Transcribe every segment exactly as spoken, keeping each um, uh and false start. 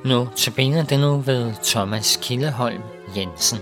Nu tabiner det nu ved Thomas Kildeholm Jensen.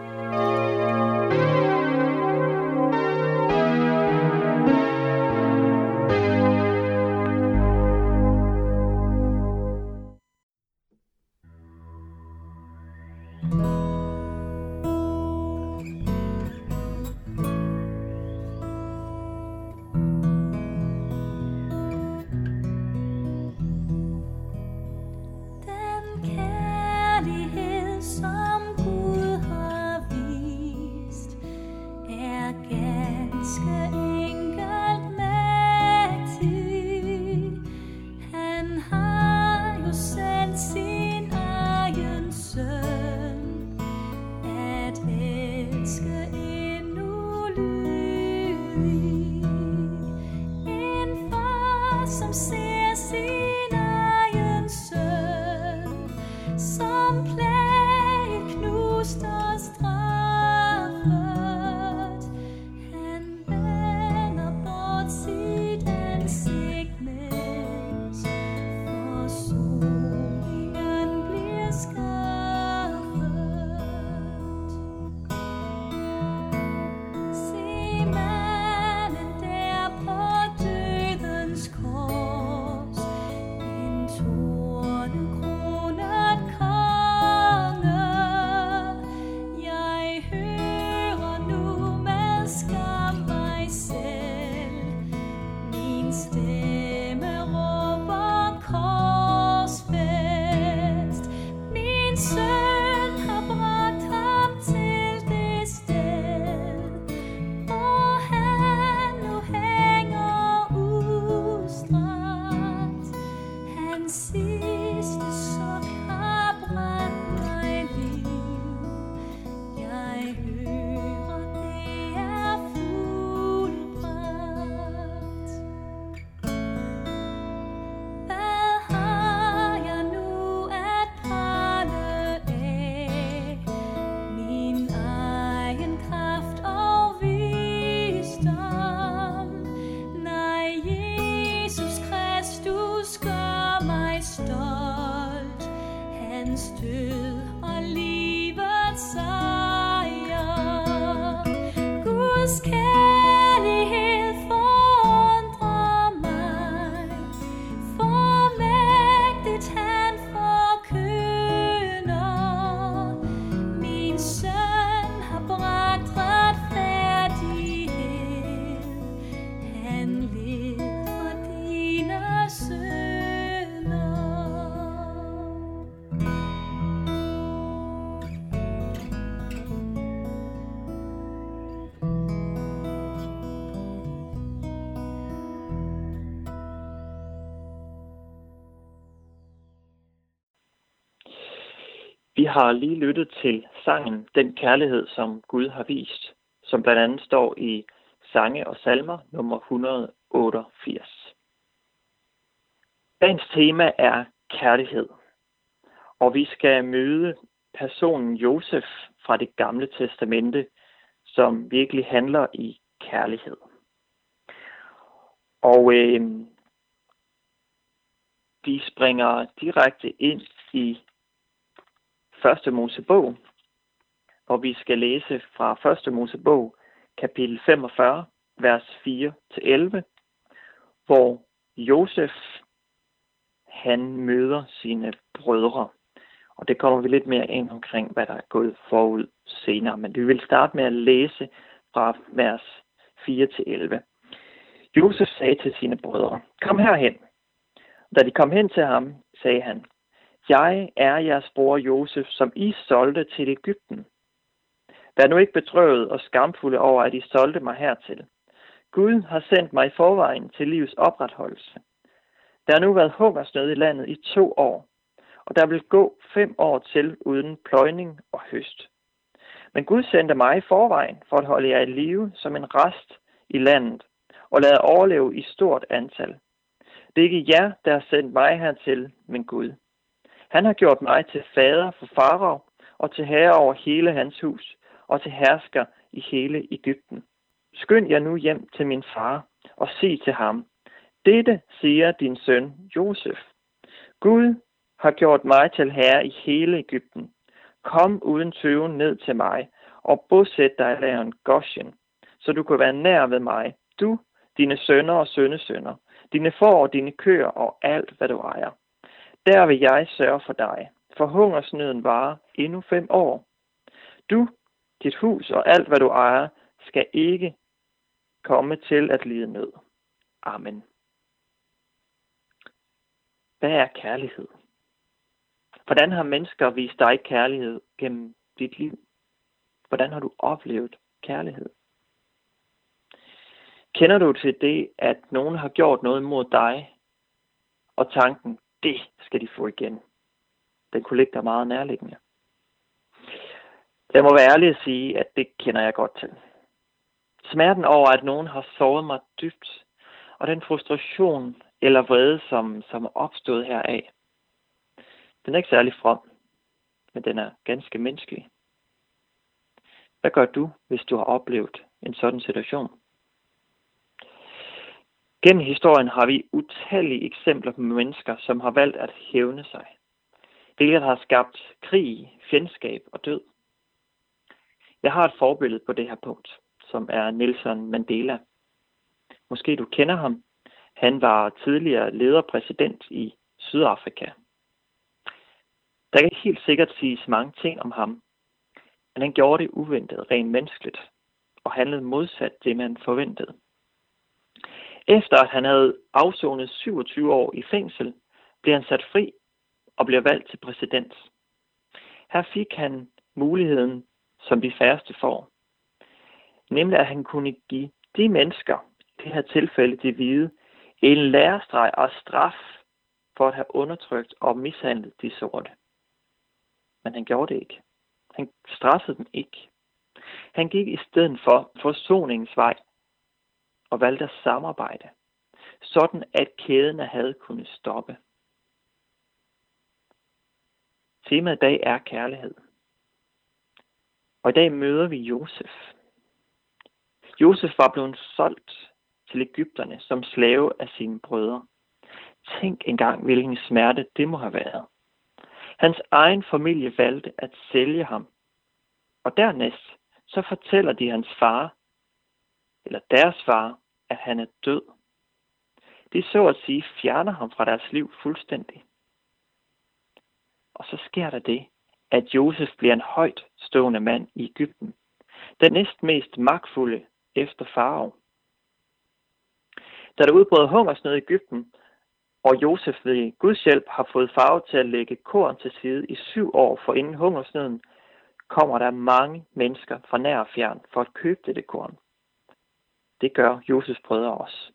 Som ser sin egen søn, som plaget, knust og straffet. Han vender bort sit ansigt, mens forsoningen bliver skaffet. Se manden der på dødens kors, en tornenkronet konge. Jeg hører nu med skam mig selv, min stemme råber korsfæst. Min søn har bragt ham til det sted, hvor han nu hænger udstrakt. Hans sidste suk har brændt mig liv. Jeg hører, det er fuldbragt. Hvad har jeg nu at prale af? Min egen kraft og visdom. Nej, Jesus Kristus gør mig stolt. Hans død og livets sejr. Guds kærlighed forundrer mig. For mægtigt han forkynder. Min søn har bragt retfærdighed. Han led for dine synder. Vi har lige lyttet til sangen Den Kærlighed, som Gud har vist, som blandt andet står i Sange og Salmer nummer et hundrede otteogfirs. Dagens tema er kærlighed, og vi skal møde personen Josef fra Det Gamle Testamente, som virkelig handler i kærlighed. Og øh, de springer direkte ind i Første Mosebog, og vi skal læse fra Første Mosebog, kapitel femogfyrre, vers fire til elleve, hvor Josef, han møder sine brødre. Og det kommer vi lidt mere ind omkring, hvad der er gået forud senere. Men vi vil starte med at læse fra vers fire til elleve. Josef sagde til sine brødre, kom herhen. Da de kom hen til ham, sagde han, jeg er jeres bror Josef, som I solgte til Egypten. Vær nu ikke bedrøvet og skamfulde over, at I solgte mig hertil. Gud har sendt mig i forvejen til livs opretholdelse. Der har nu været hungersnød i landet i to år, og der vil gå fem år til uden pløjning og høst. Men Gud sendte mig i forvejen for at holde jer i live som en rest i landet, og lade jer overleve i stort antal. Det er ikke jer, der har sendt mig hertil, men Gud. Han har gjort mig til fader for Farao og til herre over hele hans hus og til hersker i hele Egypten. Skynd jer nu hjem til min far og sig til ham, dette siger din søn Josef. Gud har gjort mig til herre i hele Egypten. Kom uden tøven ned til mig og bosæt dig i lejren Goshen, så du kan være nær ved mig, du, dine sønner og sønnesønner, dine får og dine køer og alt, hvad du ejer. Der vil jeg sørge for dig, for hungersnøden varer endnu fem år. Du, dit hus og alt, hvad du ejer, skal ikke komme til at lide nød. Amen. Hvad er kærlighed? Hvordan har mennesker vist dig kærlighed gennem dit liv? Hvordan har du oplevet kærlighed? Kender du til det, at nogen har gjort noget mod dig, og tanken, det skal de få igen? Den kunne ligge der meget nærliggende. Jeg må være ærlig at sige, at det kender jeg godt til. Smerten over, at nogen har såret mig dybt, og den frustration eller vrede, som, som er opstået heraf, den er ikke særlig from, men den er ganske menneskelig. Hvad gør du, hvis du har oplevet en sådan situation? Gennem historien har vi utallige eksempler på mennesker, som har valgt at hævne sig. Hvilket har skabt krig, fjendskab og død. Jeg har et forbillede på det her punkt, som er Nelson Mandela. Måske du kender ham. Han var tidligere lederpræsident i Sydafrika. Der kan helt sikkert siges mange ting om ham, men han gjorde det uventet rent menneskeligt og handlede modsat det, man forventede. Efter at han havde afsonet syvogtyve år i fængsel, blev han sat fri og blev valgt til præsident. Her fik han muligheden, som de færreste får, nemlig at han kunne give de mennesker, i det her tilfælde de hvide, en lærestreg og straf for at have undertrykt og mishandlet de sorte. Men han gjorde det ikke. Han straffede dem ikke. Han gik i stedet for forsoningens vej og valgte at samarbejde, sådan at kæden af had kunne stoppe. Temaet i dag er kærlighed. Og i dag møder vi Josef. Josef var blevet solgt til Egypterne som slave af sine brødre. Tænk engang, hvilken smerte det må have været. Hans egen familie valgte at sælge ham. Og dernæst så fortæller de hans far, eller deres far, at han er død. De så at sige fjerner ham fra deres liv fuldstændig. Og så sker der det, at Josef bliver en højt stående mand i Egypten. Den næstmest magtfulde efter farao. Da der udbrød hungersnød i Egypten, og Josef ved Guds hjælp har fået farao til at lægge korn til side i syv år for inden hungersnøden, kommer der mange mennesker fra nær og fjern for at købe dette korn. Det gør Josefs brødre også.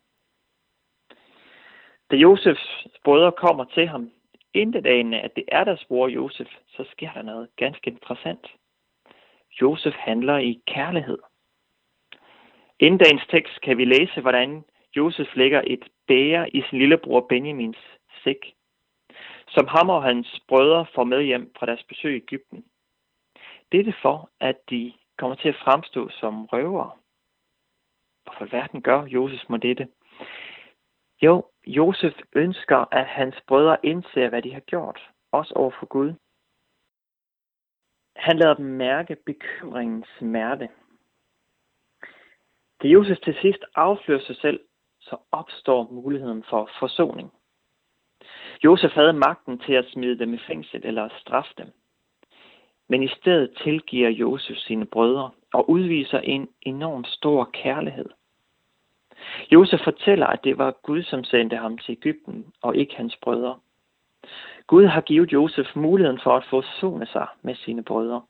Da Josefs brødre kommer til ham, intet anende, at det er deres bror Josef, så sker der noget ganske interessant. Josef handler i kærlighed. Inden dagens tekst kan vi læse, hvordan Josef lægger et bæger i sin lillebror Benjamins sæk, som ham og hans brødre får med hjem fra deres besøg i Egypten. Dette for, at de kommer til at fremstå som røvere. Hvorfor verden gør Josef med dette? Jo, Josef ønsker, at hans brødre indser, hvad de har gjort, også over for Gud. Han lader dem mærke bekymringens smerte. Da Josef til sidst afslører sig selv, så opstår muligheden for forsoning. Josef havde magten til at smide dem i fængsel eller straffe dem. Men i stedet tilgiver Josef sine brødre og udviser en enorm stor kærlighed. Josef fortæller, at det var Gud, som sendte ham til Egypten, og ikke hans brødre. Gud har givet Josef muligheden for at forsone sig med sine brødre.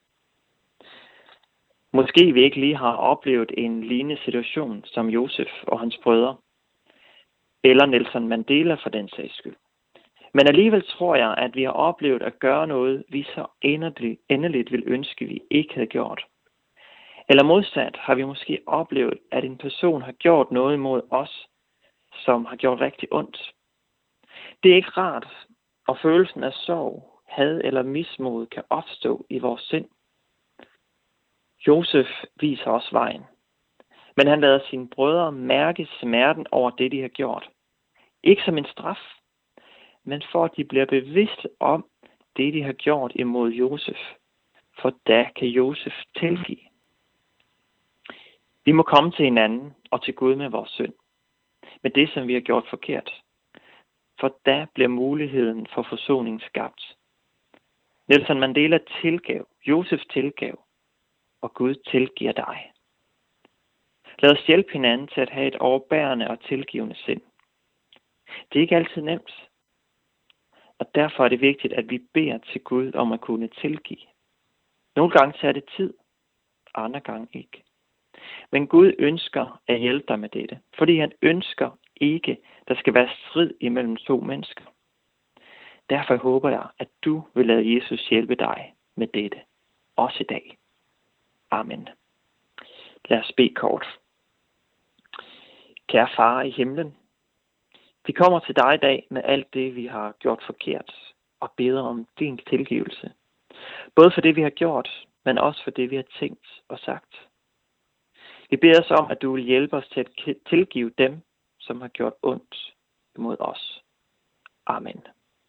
Måske vi ikke lige har oplevet en lignende situation som Josef og hans brødre, eller Nelson Mandela for den sags skyld. Men alligevel tror jeg, at vi har oplevet at gøre noget, vi så endeligt, endeligt vil ønske, vi ikke havde gjort. Eller modsat har vi måske oplevet, at en person har gjort noget imod os, som har gjort rigtig ondt. Det er ikke rart, og følelsen af sorg, had eller mismod kan opstå i vores sind. Josef viser os vejen, men han lader sine brødre mærke smerten over det, de har gjort. Ikke som en straf, men for at de bliver bevidste om det, de har gjort imod Josef. For da kan Josef tilgive. Vi må komme til hinanden og til Gud med vores synd. Med det, som vi har gjort forkert. For da bliver muligheden for forsoning skabt. Nelson Mandela tilgav, Josef tilgav, og Gud tilgiver dig. Lad os hjælpe hinanden til at have et overbærende og tilgivende sind. Det er ikke altid nemt. Og derfor er det vigtigt, at vi beder til Gud om at kunne tilgive. Nogle gange tager det tid, andre gange ikke. Men Gud ønsker at hjælpe dig med dette, fordi han ønsker ikke, der skal være strid imellem to mennesker. Derfor håber jeg, at du vil lade Jesus hjælpe dig med dette, også i dag. Amen. Lad os bede kort. Kære far i himlen, vi kommer til dig i dag med alt det, vi har gjort forkert, og beder om din tilgivelse. Både for det, vi har gjort, men også for det, vi har tænkt og sagt. Vi beder os om, at du vil hjælpe os til at tilgive dem, som har gjort ondt imod os. Amen.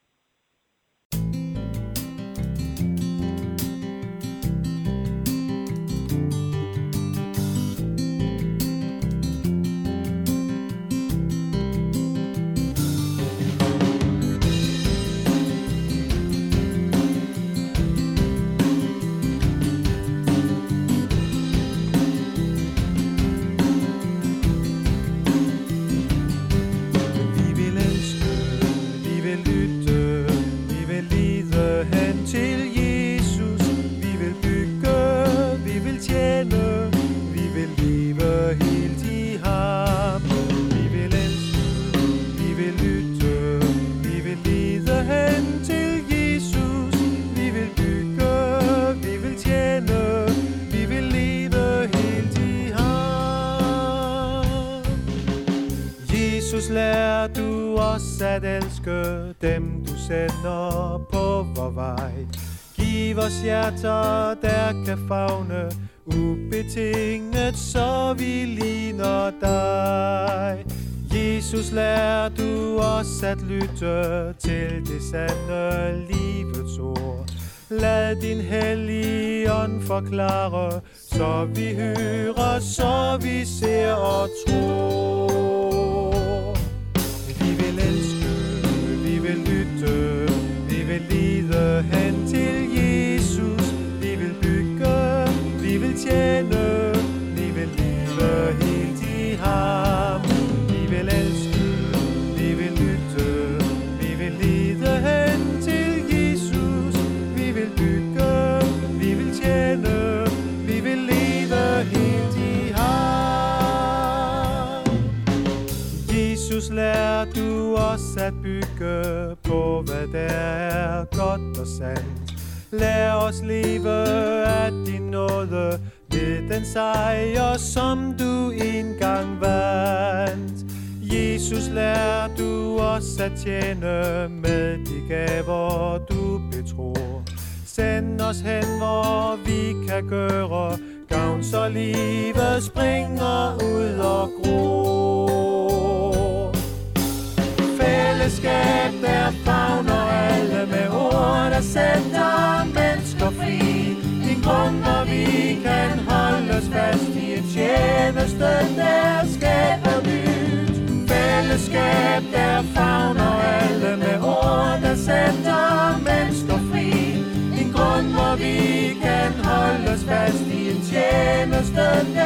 Lær du os at elske dem, du sender på vor vej. Giv os hjerter, der kan favne ubetinget, så vi ligner dig. Jesus, lær du os at lytte til det sande livets ord. Lad din hellige ånd forklare, så vi hører, så vi ser og tror. Vi vil lide hen til Jesus. Vi vil bygge, vi vil tjene, vi vil leve helt i ham. Vi vil elske, vi vil lytte, vi vil lide hen til Jesus. Vi vil bygge, vi vil tjene, vi vil leve helt i ham. Jesus, lær du os at bygge på, hvad der er godt og sandt. Lad os leve af din nåde ved den sejr, som du engang vandt. Jesus, lær du os at tjene med de gaver, du betror. Send os hen, hvor vi kan gøre gavn, så livet springer ud og gror. Fællesskab, der favner alle med ord, der sætter mennesker fri. Din grund, hvor vi kan holdes fast i en tjeneste, der skaber nyt. Fællesskab, der favner alle med ord, der sætter mennesker fri. Din grund, hvor vi kan holdes fast i en tjeneste,